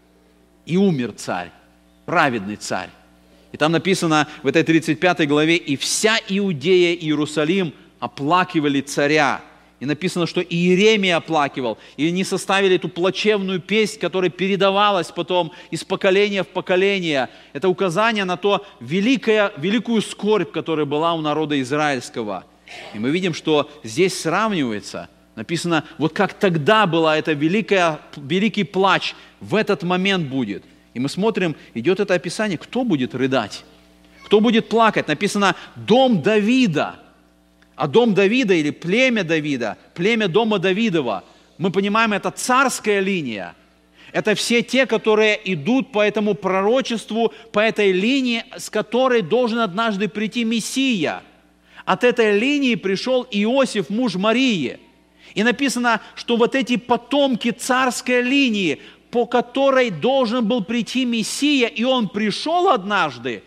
И умер царь, праведный царь. И там написано в этой тридцать пятой главе: «И вся Иудея и Иерусалим оплакивали царя». И написано, что и Иеремия оплакивал. И они составили эту плачевную песнь, которая передавалась потом из поколения в поколение. Это указание на то великое, великую скорбь, которая была у народа израильского. И мы видим, что здесь сравнивается. Написано, вот как тогда была эта великая, великий плач, в этот момент будет. И мы смотрим, идет это описание, кто будет рыдать, кто будет плакать. Написано «дом Давида». А дом Давида или племя Давида, племя дома Давидова, мы понимаем, это царская линия. Это все те, которые идут по этому пророчеству, по этой линии, с которой должен однажды прийти Мессия. От этой линии пришел Иосиф, муж Марии. И написано, что вот эти потомки царской линии, по которой должен был прийти Мессия, и он пришел однажды,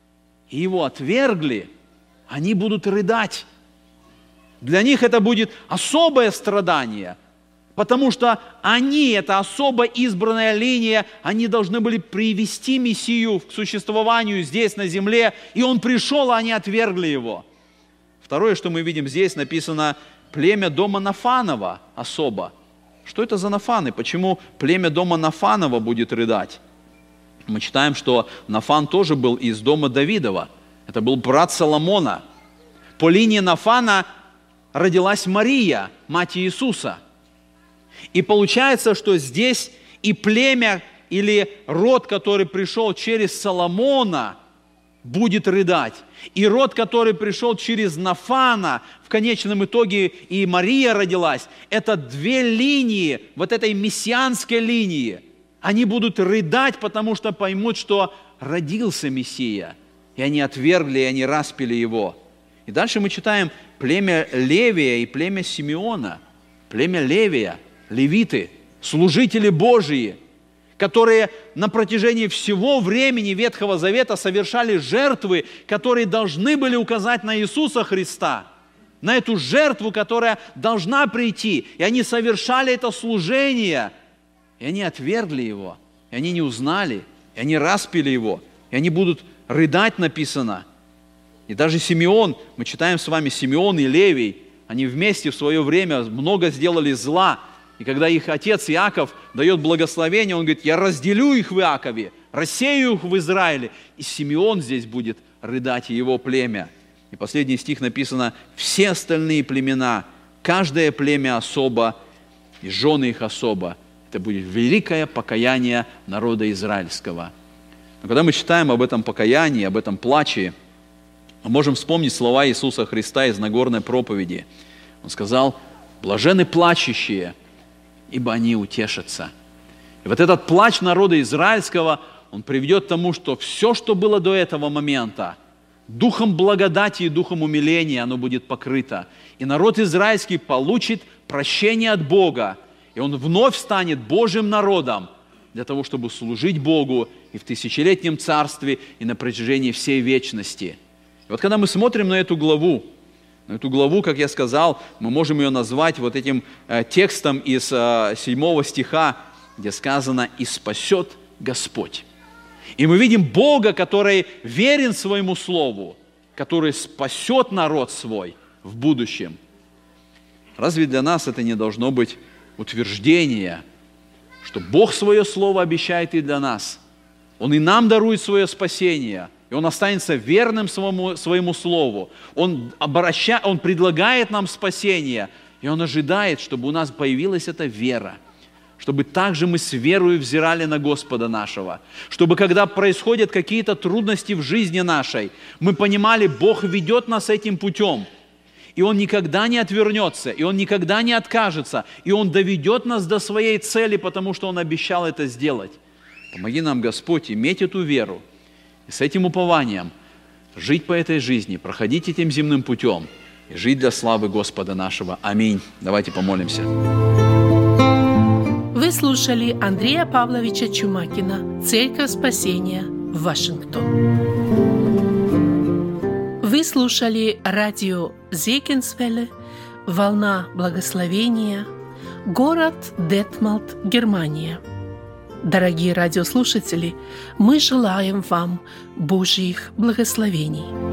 и его отвергли, они будут рыдать. Для них это будет особое страдание, потому что они, это особо избранная линия, они должны были привести Мессию к существованию здесь, на земле, и он пришел, а они отвергли его. Второе, что мы видим здесь, написано племя дома Нафанова особо. Что это за Нафаны? Почему племя дома Нафанова будет рыдать? Мы читаем, что Нафан тоже был из дома Давидова. Это был брат Соломона. По линии Нафана родилась Мария, мать Иисуса. И получается, что здесь и племя или род, который пришел через Соломона, будет рыдать. И род, который пришел через Нафана, в конечном итоге и Мария родилась. Это две линии, вот этой мессианской линии. Они будут рыдать, потому что поймут, что родился Мессия. И они отвергли, и они распяли его. И дальше мы читаем племя Левия и племя Симеона. Племя Левия, левиты, служители Божии, которые на протяжении всего времени Ветхого Завета совершали жертвы, которые должны были указать на Иисуса Христа, на эту жертву, которая должна прийти. И они совершали это служение, и они отвергли его, и они не узнали, и они распяли его, и они будут рыдать, написано. И даже Симеон, мы читаем с вами, Симеон и Левий, они вместе в свое время много сделали зла. И когда их отец Иаков дает благословение, он говорит: я разделю их в Иакове, рассею их в Израиле. И Симеон здесь будет рыдать, и его племя. И последний стих написано: все остальные племена, каждое племя особо, и жены их особо. Это будет великое покаяние народа израильского. Но когда мы читаем об этом покаянии, об этом плаче, мы можем вспомнить слова Иисуса Христа из Нагорной проповеди. Он сказал: блаженны плачущие, ибо они утешатся. И вот этот плач народа израильского, он приведет к тому, что все, что было до этого момента, духом благодати и духом умиления, оно будет покрыто. И народ израильский получит прощение от Бога, и он вновь станет Божьим народом для того, чтобы служить Богу и в тысячелетнем царстве, и на протяжении всей вечности. И вот когда мы смотрим на эту главу, на эту главу, как я сказал, мы можем ее назвать вот этим э, текстом из э, седьмого стиха, где сказано: «И спасет Господь». И мы видим Бога, который верен своему слову, который спасет народ свой в будущем. Разве для нас это не должно быть утверждение, что Бог свое слово обещает и для нас? Он и нам дарует свое спасение, и Он останется верным своему, своему слову. Он, обраща, Он предлагает нам спасение, и Он ожидает, чтобы у нас появилась эта вера, чтобы также мы с верою взирали на Господа нашего, чтобы когда происходят какие-то трудности в жизни нашей, мы понимали, Бог ведет нас этим путем. И Он никогда не отвернется, и Он никогда не откажется, и Он доведет нас до своей цели, потому что Он обещал это сделать. Помоги нам, Господь, иметь эту веру и с этим упованием жить по этой жизни, проходить этим земным путем и жить для славы Господа нашего. Аминь. Давайте помолимся. Вы слушали Андрея Павловича Чумакина, Церковь Спасения, Вашингтон. Вы слушали радио Зегенсвелле, «Волна благословения», город Детмалт, Германия. Дорогие радиослушатели, мы желаем вам Божьих благословений.